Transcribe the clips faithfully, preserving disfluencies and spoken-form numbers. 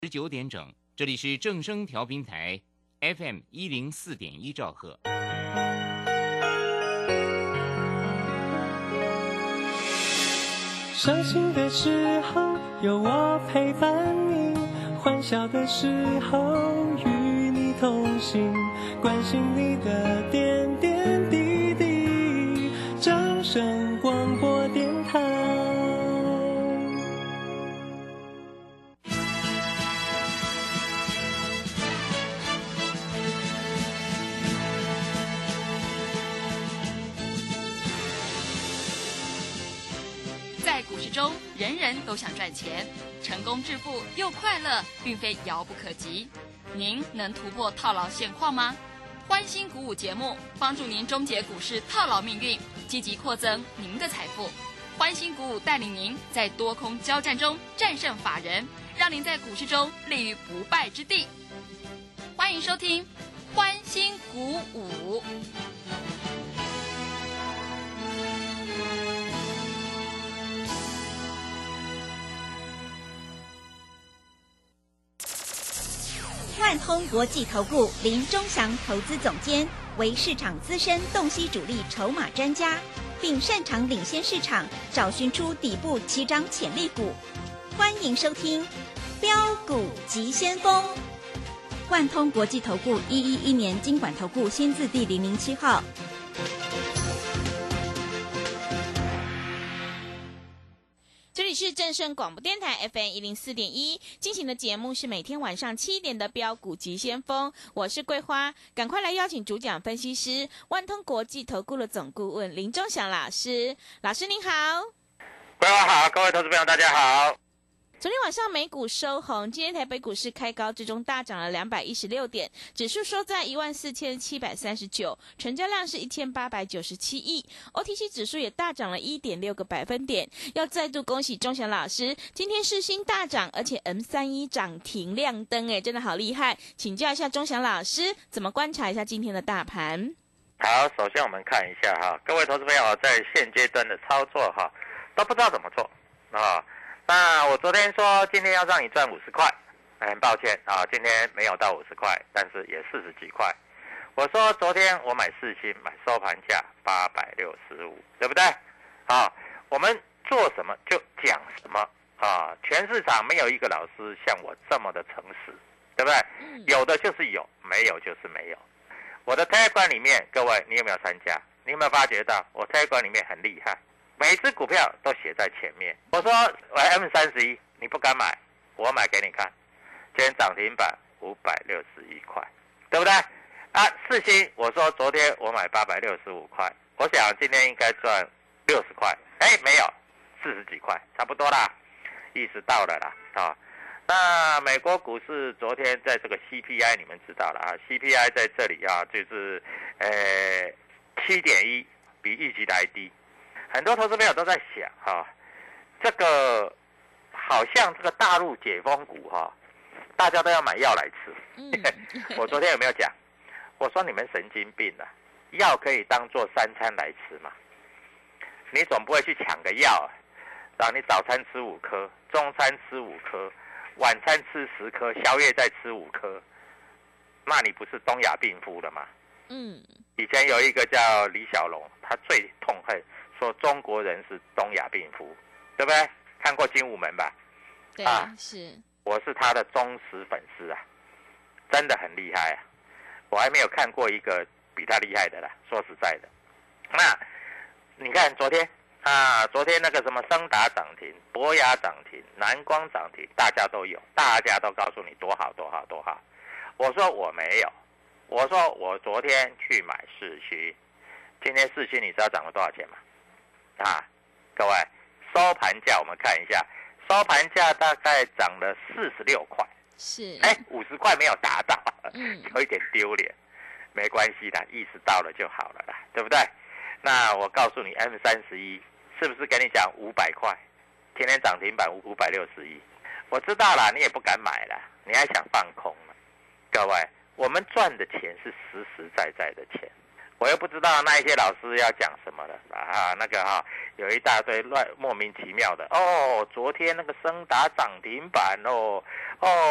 十九点整，这里是正声调频台 F M 一零四点一兆赫。 伤心的时候有我陪伴你，欢笑的时候与你同行，关心你的点点滴滴。正声广播电台。 在股市中，人人都想赚钱，成功致富又快乐，并非遥不可及。您能突破套牢现况吗？欢欣鼓舞节目帮助您终结股市套牢命运，积极扩增您的财富。欢欣鼓舞带领您在多空交战中战胜法人，让您在股市中立于不败之地。欢迎收听欢欣鼓舞。 万通国际投顾林钟祥投资总监为市场资深洞悉主力筹码专家，并擅长领先市场，找寻出底部起涨潜力股。欢迎收听标股急先锋。万通国际投顾一一一年金管投顾新字第零零七号。 这里是正声广播电台 F M 一零四点一，进行的节目是每天晚上七点的标股急先锋，我是桂花，赶快来邀请主讲分析师万通国际投顾的总顾问林钟祥老师，老师您好。 桂花好，各位投资朋友大家好。 昨天晚上美股收红，今天台北股市开高，最终大涨了两百一十六点，指数收在一万四千七百三十九，成交量是一千八百九十七亿 ，O T C 指数也大涨了一点六个百分点。要再度恭喜钟祥老师，今天世芯大涨，而且 M 三十一 涨停亮灯，哎，真的好厉害！请教一下钟祥老师，怎么观察一下今天的大盘？ 好，首先我们看一下哈，各位投资朋友在现阶段的操作哈，都不知道怎么做啊。那我昨天说今天要让你赚五十块，很抱歉啊，今天没有到五十块，但是也四十几块。我说昨天我买世芯，买收盘价八百六十五，对不对？啊，我们做什么就讲什么啊，全市场没有一个老师像我这么的诚实，对不对？有的就是有，没有就是没有。我的 Telegram 里面，各位你有没有参加？你有没有发觉到我 Telegram 里面很厉害？每一只股票都写在前面。我说我 M 三十一，你不敢买，我买给你看。今天涨停板五百六十一块，对不对？啊，世芯，我说昨天我买八百六十五块，我想今天应该赚六十块，哎，没有，四十几块，差不多啦，意思到了啦啊。那美国股市昨天在这个 C P I 你们知道了啊 ，C P I 在这里啊，就是呃 七点一，比预期的还低。很多投资朋友都在想哈、啊，这个好像这个大陆解封股哈、啊，大家都要买药来吃。嗯、我昨天有没有讲？我说你们神经病啊！药可以当做三餐来吃嘛？你总不会去抢个药啊？然后你早餐吃五颗，中餐吃五颗，晚餐吃十颗，宵夜再吃五颗，那你不是东亚病夫了吗？嗯。以前有一个叫李小龙，他最痛恨。说中国人是东亚病夫，对不对？看过《精武门》吧？ 对啊，是。我是他的忠实粉丝啊，真的很厉害啊！我还没有看过一个比他厉害的啦。说实在的，那你看昨天啊，昨天那个什么昇達涨停、博雅涨停、南光涨停，大家都有，大家都告诉你多好多好多好。我说我没有，我说我昨天去买世芯，今天世芯你知道涨了多少钱吗？啊，各位，收盘价我们看一下，收盘价大概涨了四十六块， 是， 哎，五十块没有达到，嗯，有一点丢脸，没关系的，意识到了就好了啦，对不对？那我告诉你 ，M 三十一是不是跟你讲五百块？今天涨停板五百六十一，我知道啦，你也不敢买了，你还想放空了？各位，我们赚的钱是实实在在的钱。我又不知道那一些老师要讲什么了啊，那个哈、啊、有一大堆乱莫名其妙的哦，昨天那个昇達涨停板哦，哦，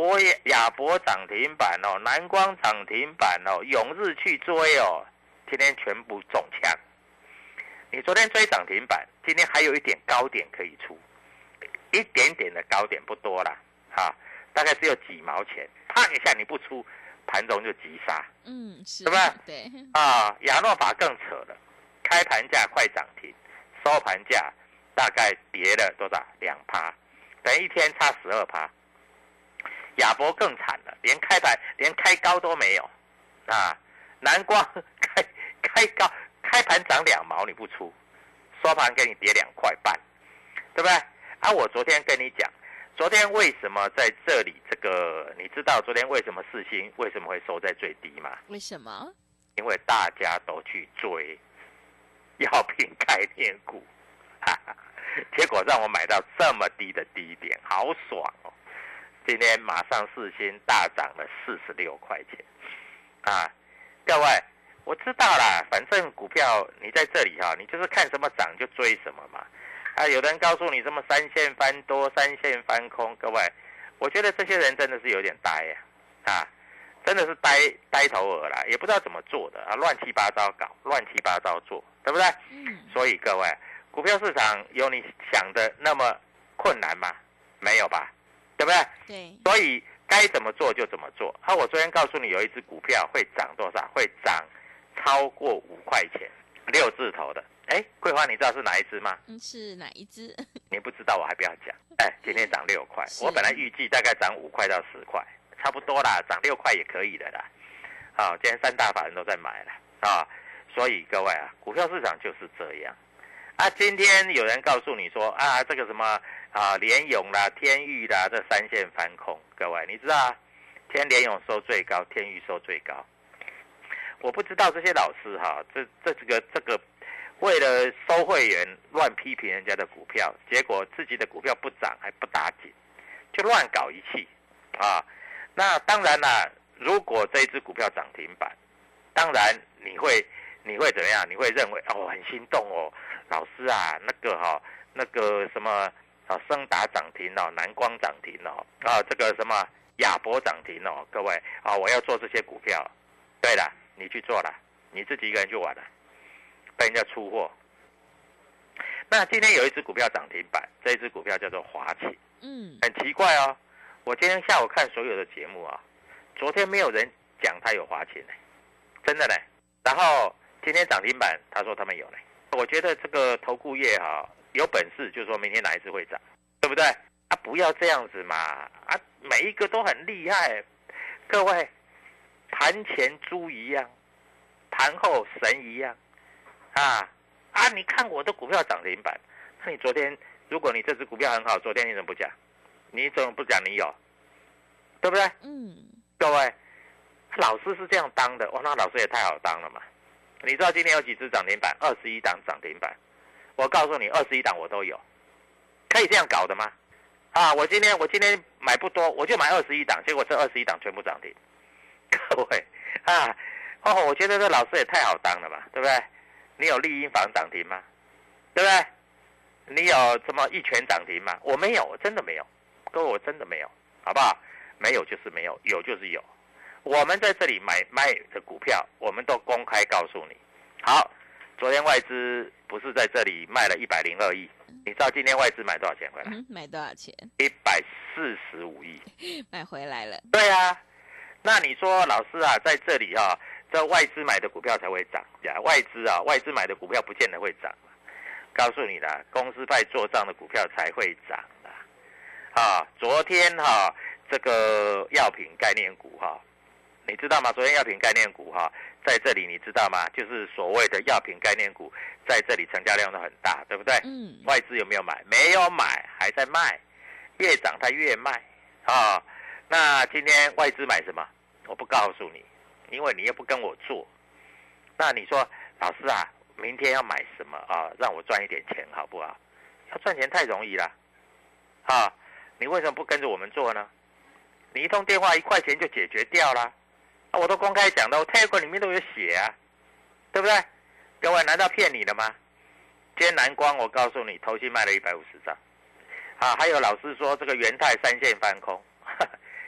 博亚博涨停板哦，南光涨停板哦，永日去追哦，今天全部中枪。你昨天追涨停板，今天还有一点高点可以出，一点点的高点不多啦，啊，大概只有几毛钱，啪一下你不出，盘中就急杀， 嗯，是， 对吧？ 对， 啊，亚诺法更扯了，开盘价快涨停，收盘价大概跌了多少？两趴，等一天差十二趴。亚博更惨了，连开盘连开高都没有，啊，南光开开高开盘涨两毛你不出，收盘给你跌两块半，对不对？啊，我昨天跟你讲，昨天为什么在这里这个，你知道昨天为什么世芯为什么会收在最低吗？ 为什么？ 因为大家都去追药品概念股，哈哈，结果让我买到这么低的低点，好爽哦！今天马上世芯大涨了四十六块钱，啊，各位，我知道啦，反正股票你在这里哈，你就是看什么涨就追什么嘛。啊，有人告诉你什么三线翻多、三线翻空，各位，我觉得这些人真的是有点呆呀，啊，真的是呆呆头鹅啦，也不知道怎么做的啊，乱七八糟搞，乱七八糟做，对不对？ 嗯。 所以各位，股票市场有你想的那么困难吗？没有吧？对不对？ 对。 所以该怎么做就怎么做。啊，我昨天告诉你有一只股票会涨多少？会涨超过五块钱，六字头的。哎，桂花，你知道是哪一只吗？ 嗯，是哪一只？ 你不知道，我还不要讲。哎，今天涨六块，我本来预计大概涨五块到十块，差不多啦，涨六块也可以的啦。好，今天三大法人都在买了啊，所以各位啊，股票市场就是这样。啊，今天有人告诉你说啊，这个什么啊，联咏啦、天钰啦，这三线翻空。各位，你知道啊，天联咏收最高，天钰收最高。我不知道这些老师哈，这这这个这个，为了收会员乱批评人家的股票，结果自己的股票不涨还不打紧，就乱搞一气啊。那当然啦，如果这一只股票涨停板，当然你会你会怎么样？你会认为哦，很心动哦。老师啊，那个哈、哦，那个什么啊，升达涨停哦，南光涨停哦，啊，这个什么亚博涨停哦，各位啊，我要做这些股票。对了，你去做了，你自己一个人去玩了，被人家出货。那今天有一只股票涨停板，这一只股票叫做华勤， 嗯， 很奇怪哦。我今天下午看所有的节目啊，昨天没有人讲他有华勤呢，真的呢。然后今天涨停板，他说他们有呢。我觉得这个投顾业哈，有本事就说明天哪一只会涨，对不对？啊，不要这样子嘛！啊，每一个都很厉害，各位，盘前猪一样，盘后神一样，啊啊！你看我的股票涨停板，那你昨天，如果你这只股票很好，昨天你怎么不讲？你怎么不讲你有？对不对？ 嗯， 各位，老师是这样当的，哇，那老师也太好当了嘛！你知道今天有几只涨停板？二十一档涨停板。我告诉你，二十一档我都有，可以这样搞的吗？啊，我今天我今天买不多，我就买二十一档，结果这二十一档全部涨停。各位啊，哦，我觉得这老师也太好当了嘛，对不对？你有立英房涨停吗？对不对？你有什么一拳涨停吗？我没有，我真的没有，各位我真的没有，好不好？没有就是没有，有就是有。我们在这里买卖的股票，我们都公开告诉你。好，昨天外资不是在这里卖了一百零二亿，你知道今天外资买多少钱回来？ 嗯，买多少钱？ 一百四十五亿， 买回来了。 对啊，那你说老师啊，在这里啊，这外资买的股票才会涨呀？外资啊，外资买的股票不见得会涨。告诉你啦，公司派做账的股票才会涨啦。啊，昨天哈、啊，这个药品概念股哈、啊。你知道吗？昨天药品概念股哈，在这里你知道吗？就是所谓的药品概念股，在这里成交量都很大，对不对？ 嗯。 外资有没有买？没有买，还在卖，越涨它越卖啊、哦。那今天外资买什么？我不告诉你，因为你又不跟我做。那你说，老师啊，明天要买什么啊？让我赚一点钱好不好？要赚钱太容易了啊！你为什么不跟着我们做呢？你一通电话一块钱就解决掉了。啊、我都公开讲的，我 Telegram 里面都有写啊，对不对？各位，难道骗你的吗？今天南光，我告诉你，投信卖了一百五十张，啊，还有老师说这个元泰三线翻空，呵呵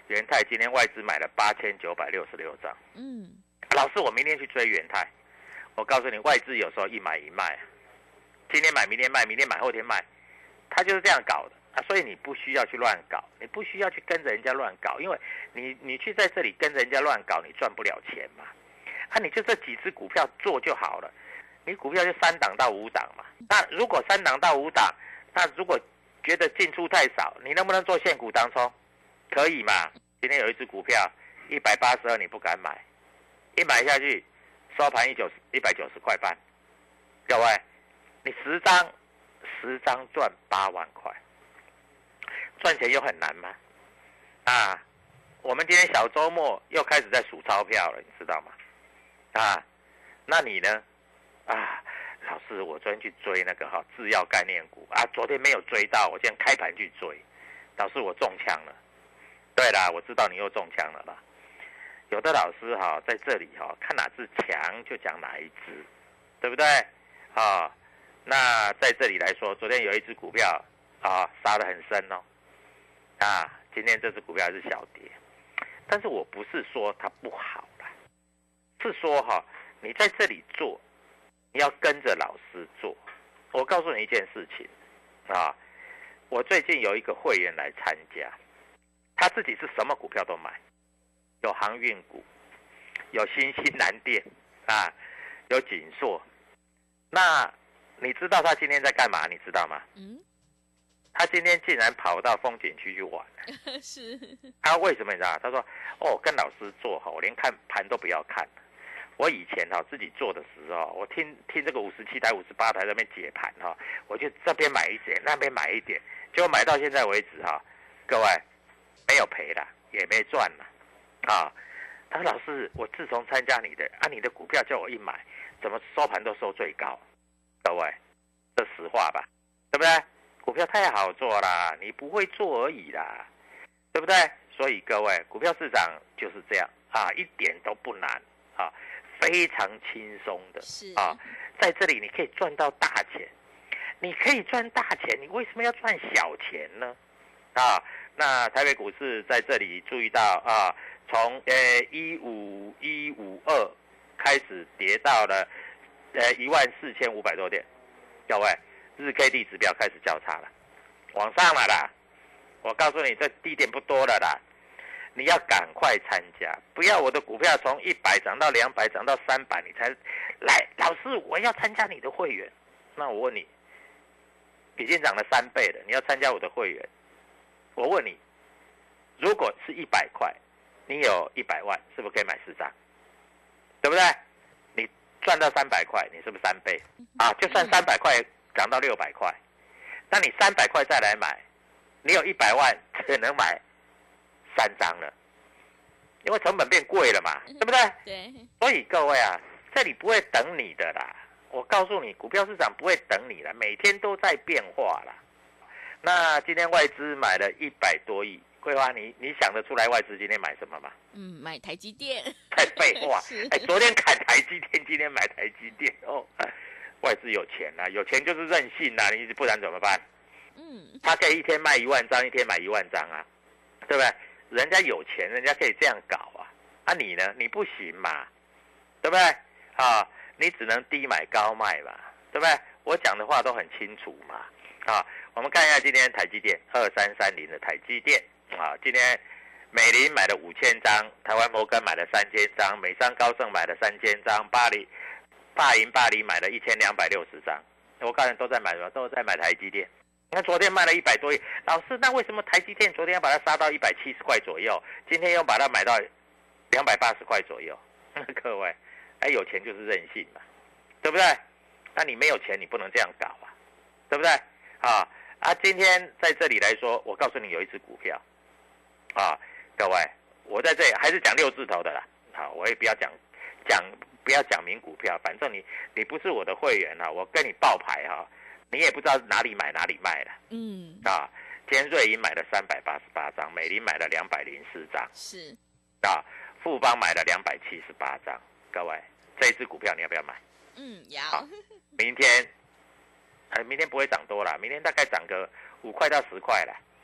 元泰今天外资买了八千九百六十六张。 嗯， 老师，我明天去追元泰。我告诉你，外资有时候一买一卖，今天买明天卖，明天买后天卖，他就是这样搞的啊。所以你不需要去乱搞，你不需要去跟着人家乱搞，因为你你去在这里跟着人家乱搞，你赚不了钱嘛。啊，你就这几只股票做就好了。你股票就三档到五档嘛。那如果三档到五档，那如果觉得进出太少，你能不能做现股当冲？可以嘛？今天有一只股票一百八十二，你不敢买，一买下去收盘一九一百九十块半。各位，你十张十张赚八万块，赚钱又很难吗？啊，我们今天小周末又开始在数钞票了，你知道吗？啊，那你呢？啊，老师，我昨天去追那个哈制药概念股啊，昨天没有追到，我今天开盘去追，老师我中枪了。对啦，我知道你又中枪了啦。有的老师哈在这里哈看哪只强就讲哪一只，对不对？啊，那在这里来说，昨天有一只股票啊杀得很深哦，啊，今天这只股票还是小跌，但是我不是说它不好啦，是说哈你在这里做。你要跟着老师做。我告诉你一件事情啊，我最近有一个会员来参加，他自己是什么股票都买，有航运股，有新兴南电啊，有锦硕。那你知道他今天在干嘛？你知道吗？嗯，他今天竟然跑到风景区去玩。 是。 他为什么你知道？他说：“哦，跟老师做好，我连看盘都不要看。”我以前哈自己做的时候，我听听这个五十七台、五十八台在那边解盘哈，我就这边买一点，那边买一点，结果买到现在为止哈，各位没有赔了，也没赚了，啊！他说老师，我自从参加你的啊，你的股票叫我一买，怎么收盘都收最高？各位，这实话吧，对不对？股票太好做啦，你不会做而已啦，对不对？所以各位，股票市场就是这样啊，一点都不难啊。非常轻松的啊，在这里你可以赚到大钱，你可以赚大钱，你为什么要赚小钱呢？啊，那台北股市在这里注意到啊，从呃一五一五二开始跌到了呃一万四千五百多点，各位日 K D 指标开始交叉了，往上了啦，我告诉你这低点不多了啦。你要赶快参加，不要我的股票从一百涨到两百，涨到三百，你才来。老师，我要参加你的会员。那我问你，已经涨了三倍了，你要参加我的会员？我问你，如果是一百块，你有一百万，是不是可以买四张？对不对？你赚到三百块，你是不是三倍？啊，就算三百块涨到六百块，那你三百块再来买，你有一百万只能买三张了，因为成本变贵了嘛，对不对？ 对。 所以各位啊，这里不会等你的啦。我告诉你，股票市场不会等你了，每天都在变化啦。那今天外资买了一百多亿，桂花，你你想得出来外资今天买什么吗？ 嗯，买台积电。 太废话！哎，昨天看台积电，今天买台积电哦。外资有钱啦、啊，有钱就是任性啦、啊，你不然怎么办？嗯，他可以一天卖一万张，一天买一万张啊，对不对？人家有钱，人家可以这样搞啊，啊你呢？你不行嘛，对不对？啊，你只能低买高卖嘛，对不对？我讲的话都很清楚嘛，啊，我们看一下今天台积电二三三零的台积电啊，今天美林买了五千张，台湾摩根买了三千张，美商高盛买了三千张，巴黎巴银巴黎买了一千两百六十张，我告诉你都在买什么？都在买台积电。那昨天卖了一百多亿，老师，那为什么台积电昨天要把它杀到一百七十块左右，今天又把它买到两百八十块左右？各位，哎，有钱就是任性嘛，对不对？那你没有钱，你不能这样搞啊，对不对？啊啊，今天在这里来说，我告诉你有一只股票，啊，各位，我在这里还是讲六字头的啦，好，我也不要讲讲不要讲明股票，反正你你不是我的会员啊，我跟你报牌哈、啊。你也不知道哪里买哪里卖了，嗯啊，今天瑞银买了三百八十八张，美林买了两百零四张， 是啊，富邦买了两百七十八张。各位，这一支股票你要不要买？ 嗯，要。 好，明天，哎，明天不会涨多了，明天大概涨个五块到十块了。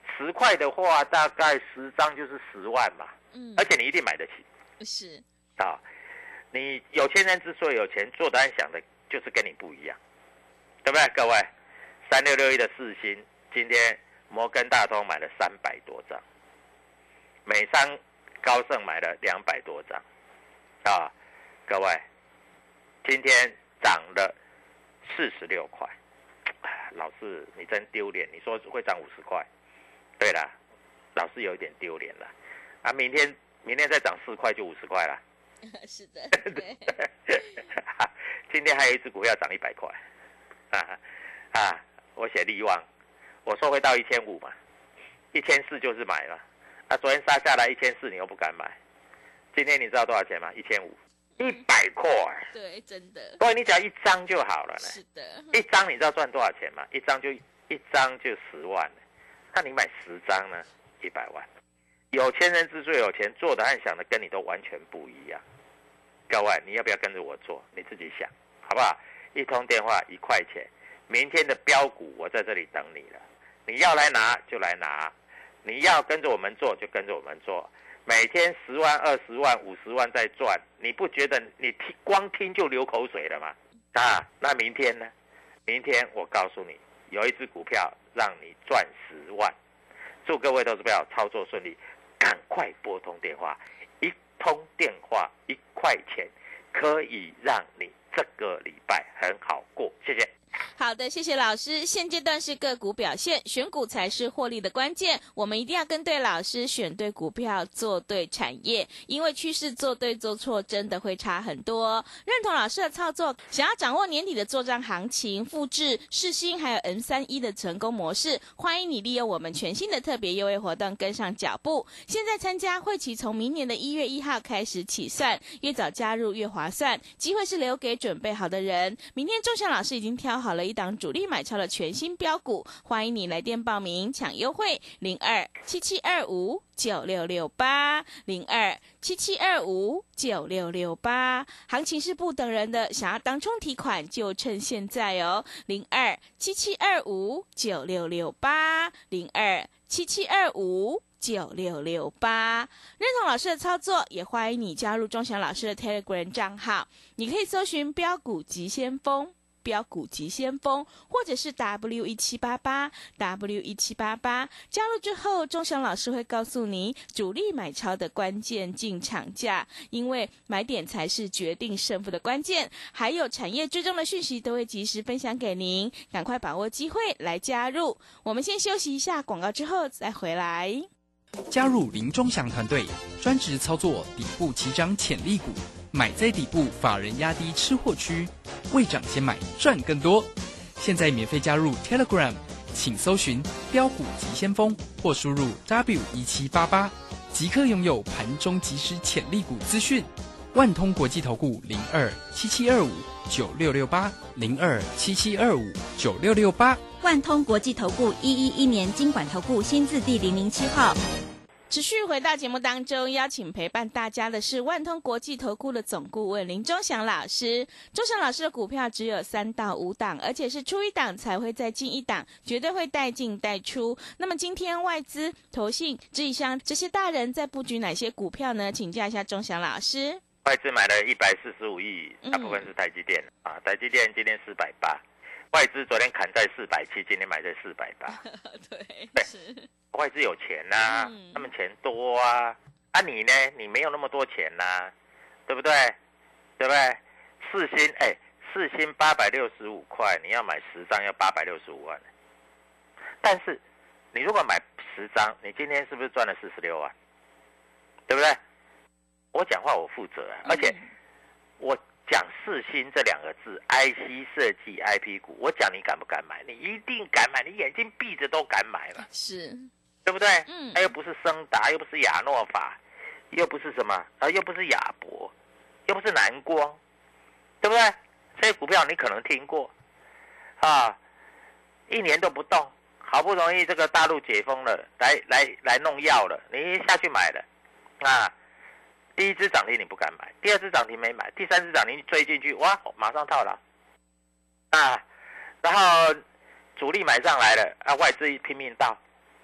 十块的话，大概十张就是十万嘛， 嗯， 而且你一定买得起。 是啊，你有钱人之所以有钱，做的和想的就是跟你不一样，对不对？各位，三六六一的世新，今天摩根大通买了三百多张，美商高盛买了两百多张，啊，各位，今天涨了四十六块，老师你真丢脸，你说会涨五十块，对啦，老师有一点丢脸了，啊，明天。明天再涨四块就五十块了， 是的，对。 今天还有一只股票涨一百块，啊啊！我写利旺，我说会到一千五嘛，一千四就是买嘛。啊，昨天杀下来一千四，你又不敢买，今天你知道多少钱吗？一千五，一百块。 对，真的。 不过你只要一张就好了呢。 是的。 一张你知道赚多少钱吗？一张就一张就十万，那你买十张呢？一百万。有钱人之所以有钱，做的和想的跟你都完全不一样。各位，你要不要跟着我做？你自己想，好不好？一通电话一块钱，明天的标股我在这里等你了。你要来拿就来拿，你要跟着我们做就跟着我们做。每天十万、二十万、五十万在赚，你不觉得你听光听就流口水了吗？啊，那明天呢？明天我告诉你，有一只股票让你赚十万。祝各位投资朋友操作顺利。赶快拨通电话，一通电话一块钱，可以让你这个礼拜很好过。谢谢。 好的，谢谢老师。现阶段是个股表现，选股才是获利的关键。我们一定要跟对老师，选对股票，做对产业，因为趋势做对做错真的会差很多。认同老师的操作，想要掌握年底的作战行情，复制世新还有 M 三一 的成功模式，欢迎你利用我们全新的特别优惠活动跟上脚步。现在参加会期从明年的一月一号开始起算，越早加入越划算，机会是留给准备好的人。明天钟祥老师已经挑好了一档主力买超的全新标股，欢迎你来电报名抢优惠零二七七二五九六六八零二七七二五九六六八，行情是不等人的，想要当冲提款就趁现在哦，零二七七二五九六六八零二七七二五九六六八。认同老师的操作，也欢迎你加入钟祥老师的 Telegram 账号，你可以搜寻标股急先锋。标股急先锋，或者是 W 一七八八 W 一七八八，加入之后，钟祥老师会告诉你主力买超的关键进场价，因为买点才是决定胜负的关键。还有产业追踪的讯息都会及时分享给您，赶快把握机会来加入。我们先休息一下广告，之后再回来。 加入林钟祥团队，专职操作底部起涨潜力股。买在底部，法人压低吃货区，未涨先买赚更多。现在免费加入 Telegram， 请搜寻标股急先锋或输入 W 一七八八，即刻拥有盘中即时潜力股资讯。万通国际投顾零二七七二五九六六八零二七七二五九六六八。 万通国际投顾一一一年金管投顾新字第零零七号。 持续回到节目当中，邀请陪伴大家的是万通国际投顾的总顾问林钟祥老师。钟祥老师的股票只有三到五档，而且是出一档才会再进一档，绝对会带进带出。那么今天外资、投信、自营商这些大人在布局哪些股票呢？请教一下钟祥老师。 外资买了一百四十五亿，大部分是台积电、嗯、啊，台积电今天四百八，外资昨天砍在四百七，今天买在四百八。 对， 对是。 外资有钱呐、啊嗯，他们钱多啊，啊你呢？你没有那么多钱呐、啊，对不对？对不对？世新哎，世新八百六十五块，你要买十张要八百六十五万，但是你如果买十张，你今天是不是赚了四十六万？对不对？我讲话我负责啊，而且我讲世新这两个字 ，I C 设计 I P 股，我讲你敢不敢买？你一定敢买，你眼睛闭着都敢买嘛。 是。 对不对？ 嗯， 它又不是升达，又不是亚诺法，又不是什么，啊，又不是亚博，又不是南光，对不对？这些股票你可能听过，啊，一年都不动，好不容易这个大陆解封了，来来来弄药了，你下去买了，啊，第一只涨停你不敢买，第二只涨停没买，第三只涨停追进去，哇，马上套牢，啊，然后主力买上来了，啊，外资拼命倒。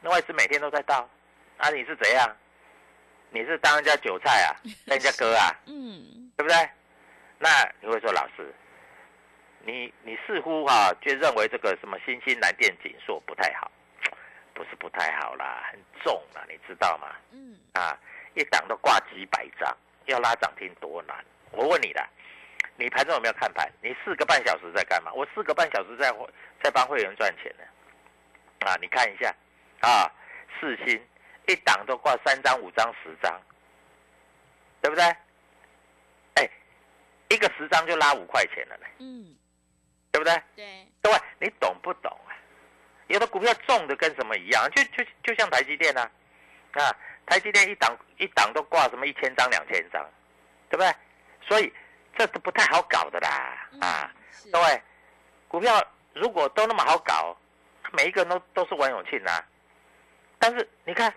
那外资每天都在倒，啊，你是怎样？你是当人家韭菜啊，当人家割啊， 嗯， 对不对？那你会说老师，你你似乎哈、啊、就认为这个什么新兴南电景硕不太好，不是不太好啦，很重啦，你知道吗？ 嗯， 啊，一档都挂几百张，要拉涨停多难？我问你啦，你盘中有没有看盘？你四个半小时在干嘛？我四个半小时在在帮会员赚钱呢。啊，你看一下啊，世新一档都挂三张、五张、十张，对不对？哎，一个十张就拉五块钱了呢， 嗯， 对不对？ 对， 各位，你懂不懂啊？有的股票重的跟什么一样，就就就像台积电啊，啊，台积电一档一档都挂什么一千张、两千张，对不对？所以这都不太好搞的啦，啊， 嗯、 各位，股票如果都那么好搞，每一个人都都是王永庆啊，但是你看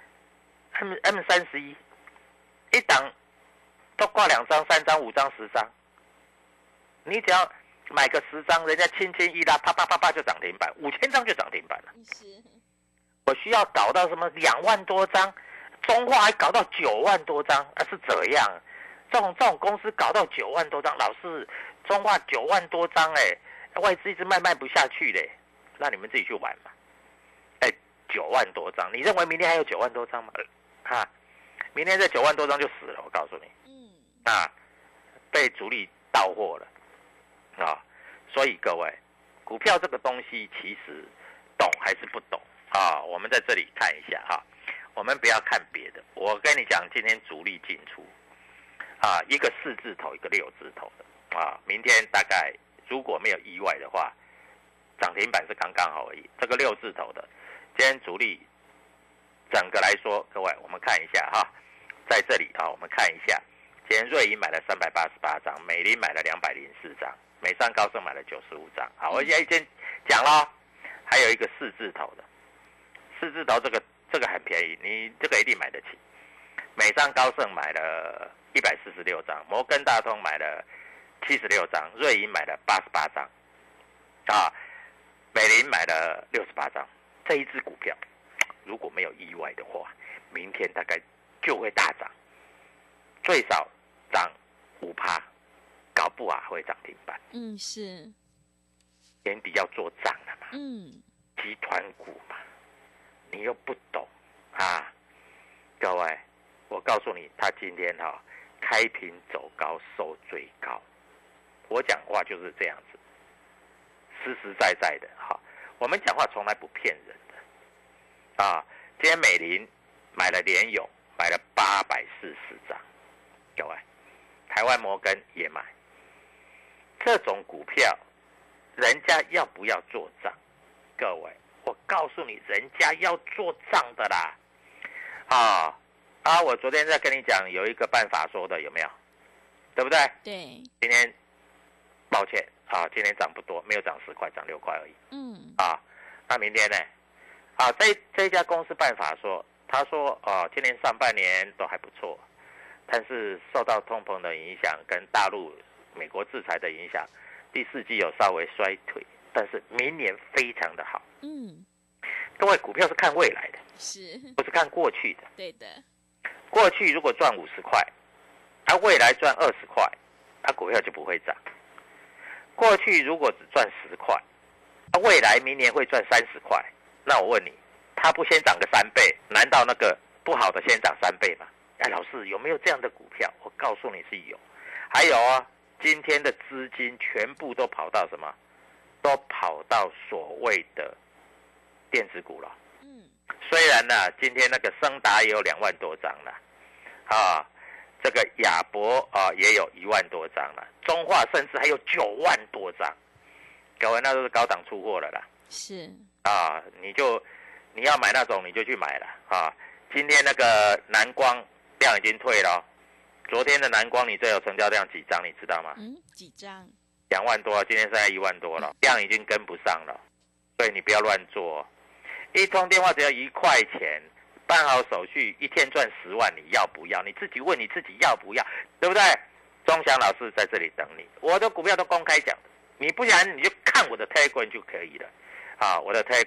M M 三十一一档都挂两张、三张、五张、十张，你只要买个十张，人家轻轻一拉，啪啪啪啪就涨停板，五千张就涨停板了。 是， 我需要搞到什么两万多张，中化还搞到九万多张，啊是怎样？这种这种公司搞到九万多张，老是中化九万多张，哎，外资一直卖卖不下去嘞，那你们自己去玩嘛。哎，九万多张，你认为明天还有九万多张吗？啊，明天这九万多张就死了，我告诉你。 嗯， 啊，被主力到货了。啊，所以各位，股票这个东西其实懂还是不懂啊？我们在这里看一下哈、啊，我们不要看别的。我跟你讲，今天主力进出啊，一个四字头，一个六字头的啊，明天大概如果没有意外的话，涨停板是刚刚好而已。这个六字头的，今天主力整个来说，各位我们看一下哈、啊，在这里啊，我们看一下，今天瑞银买了三百八十八张，美林买了两百零四张。美商高盛买了九十五张，好，我现在先讲了，还有一个四字头的，四字头这个这个很便宜，你这个一定买得起。美商高盛买了一百四十六张，摩根大通买了七十六张，瑞银买了八十八张，啊，美林买了六十八张。这一支股票如果没有意外的话，明天大概就会大涨，最少涨五趴。搞不好会涨停板。 嗯，是。 年底要做账了嘛？ 嗯。 集团股嘛，你又不懂啊？各位，我告诉你，他今天哈、哦、开平走高收最高，我讲话就是这样子，实实在在的哈。我们讲话从来不骗人的啊。今天美林买了联咏，买了八百四十张，各位，台湾摩根也买。这种股票，人家要不要做账？各位，我告诉你，人家要做账的啦。啊啊！我昨天在跟你讲，有一个办法说的，有没有？对不对？ 对。 今天，抱歉啊，今天涨不多，没有涨十块，涨六块而已。 嗯。 啊，那明天呢？啊，这这一家公司办法说，他说啊，今年上半年都还不错，但是受到通膨的影响跟大陆。美国制裁的影响，第四季有稍微衰退，但是明年非常的好。 嗯， 各位，股票是看未来的， 是不是看过去的？ 对的。 过去如果赚五十块，啊，未来赚二十块，啊，股票就不会涨。过去如果只赚十块，啊，未来明年会赚三十块，那我问你，它不先涨个三倍，难道那个不好的先涨三倍吗？哎，老师有没有这样的股票？我告诉你是有，还有啊。今天的资金全部都跑到什么？都跑到所谓的电子股了。嗯，虽然呢、啊，今天那个昇達也有两万多張了，啊，这个亞博啊也有一萬多張了，中化甚至還有九萬多張，各位那都是高檔出貨了啦。 是啊，你就你要買那種你就去買了啊。今天那個南光量已經退了。昨天的南光，你这有成交量几张，你知道吗？ 嗯，几张？ 两万多，今天现在一万多了，量已经跟不上了，所以你不要乱做。一通电话只要一块钱，办好手续，一天赚十万，你要不要？你自己问你自己要不要，对不对？钟祥老师在这里等你，我的股票都公开讲，你不然你就看我的 Telegram 就可以了。啊，我的 Telegram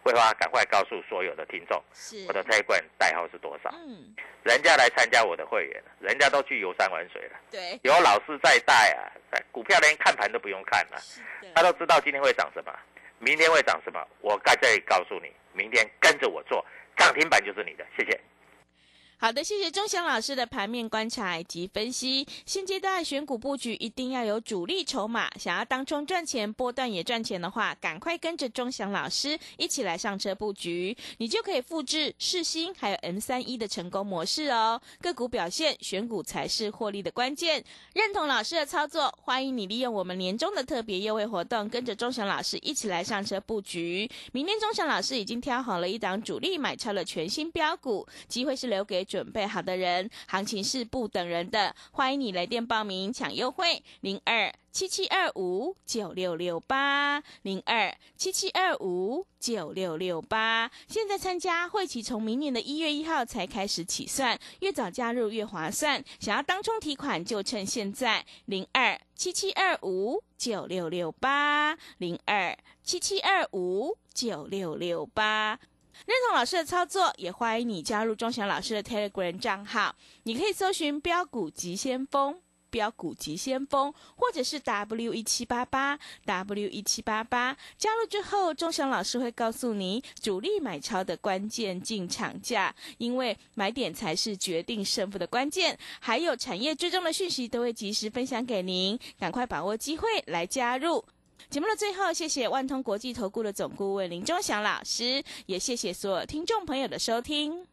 桂花赶快告诉所有的听众， 是我的 Telegram 代号是多少？ 嗯， 人家来参加我的会员，人家都去游山玩水了。 对， 有老师在带啊，股票连看盘都不用看了，他都知道今天会涨什么，明天会涨什么。我在这里告诉你，明天跟着我做，涨停板就是你的。谢谢。 好的，谢谢钟祥老师的盘面观察以及分析。现阶段选股布局一定要有主力筹码，想要当冲赚钱、波段也赚钱的话，赶快跟着钟祥老师一起来上车布局，你就可以复制世新还有 M 三十一 的成功模式哦。个股表现，选股才是获利的关键。认同老师的操作，欢迎你利用我们年终的特别优惠活动，跟着钟祥老师一起来上车布局。明天钟祥老师已经挑好了一档主力买超的全新标股，机会是留给准备好的人，行情是不等人的，欢迎你来电报名抢优惠零二七七二五九六六八零二七七二五九六六八。现在参加会期从明年的一月一号才开始起算，越早加入越划算。想要当冲提款就趁现在零二七七二五九六六八零二七七二五九六六八。认同老师的操作，也欢迎你加入钟祥老师的 Telegram 账号，你可以搜寻标股急先锋、标股急先锋，或者是 W 一七八八 W 一七八八。加入之后，钟祥老师会告诉你主力买超的关键进场价，因为买点才是决定胜负的关键。还有产业追踪的讯息都会及时分享给您，赶快把握机会来加入。节目的最后，谢谢万通国际投顾的总顾问林钟祥老师，也谢谢所有听众朋友的收听。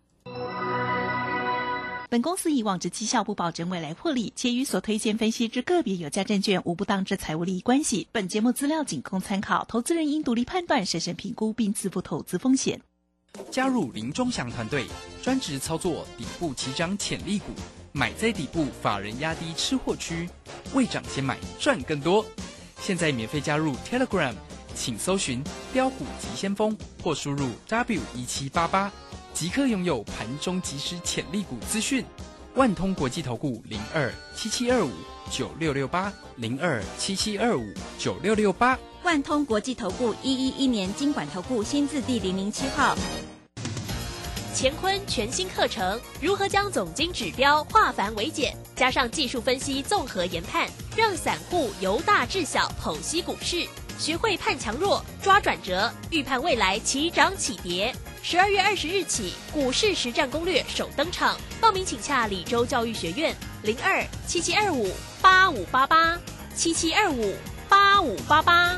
本公司以往之绩效不保证未来获利，且与所推荐分析之个别有价证券无不当之财务利益关系。本节目资料仅供参考，投资人应独立判断、审慎评估并自负投资风险。 加入林钟祥团队，专职操作底部起涨潜力股，买在底部，法人压低吃货区，未涨先买赚更多。现在免费加入 Telegram， 请搜寻标股急先锋或输入 W 一七八八，即刻拥有盘中即时潜力股资讯。万通国际投顾零二七七二五九六六八零二七七二五九六六八。 万通国际投顾一一一年金管投顾新字第零零七号。 乾坤全新课程，如何将总经指标化繁为简，加上技术分析综合研判，让散户由大至小剖析股市，学会判强弱、抓转折，预判未来起涨起跌。十二月二十日起，股市实战攻略首登场，报名请洽李州教育学院零二七七二五八五八八七七二五八五八八。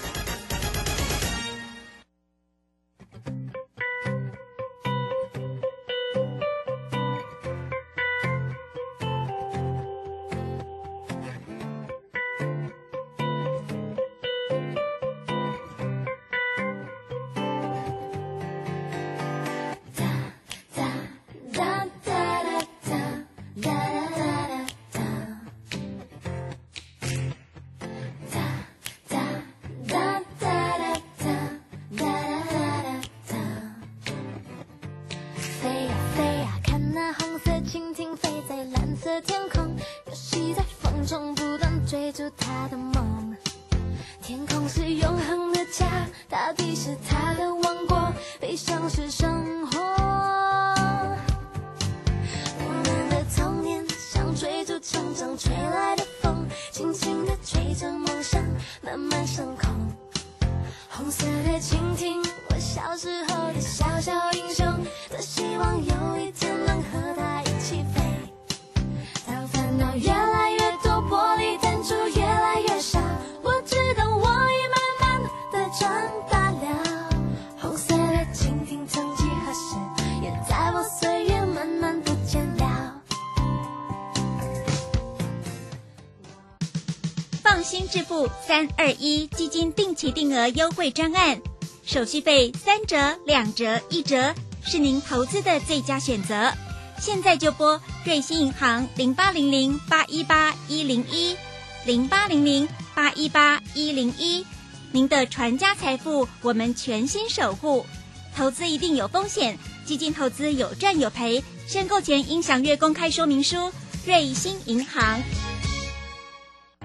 放心致富三二一基金定期定额优惠专案，手续费三折、两折、一折，是您投资的最佳选择。现在就拨瑞信银行零八零零八一八一零一零八零零八一八一零一，您的传家财富我们全心守护。投资一定有风险，基金投资有赚有赔，申购前应详阅公开说明书。瑞信银行。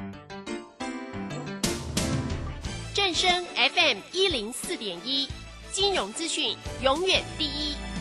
正声 F M 一零四点一， 金融资讯永远第一。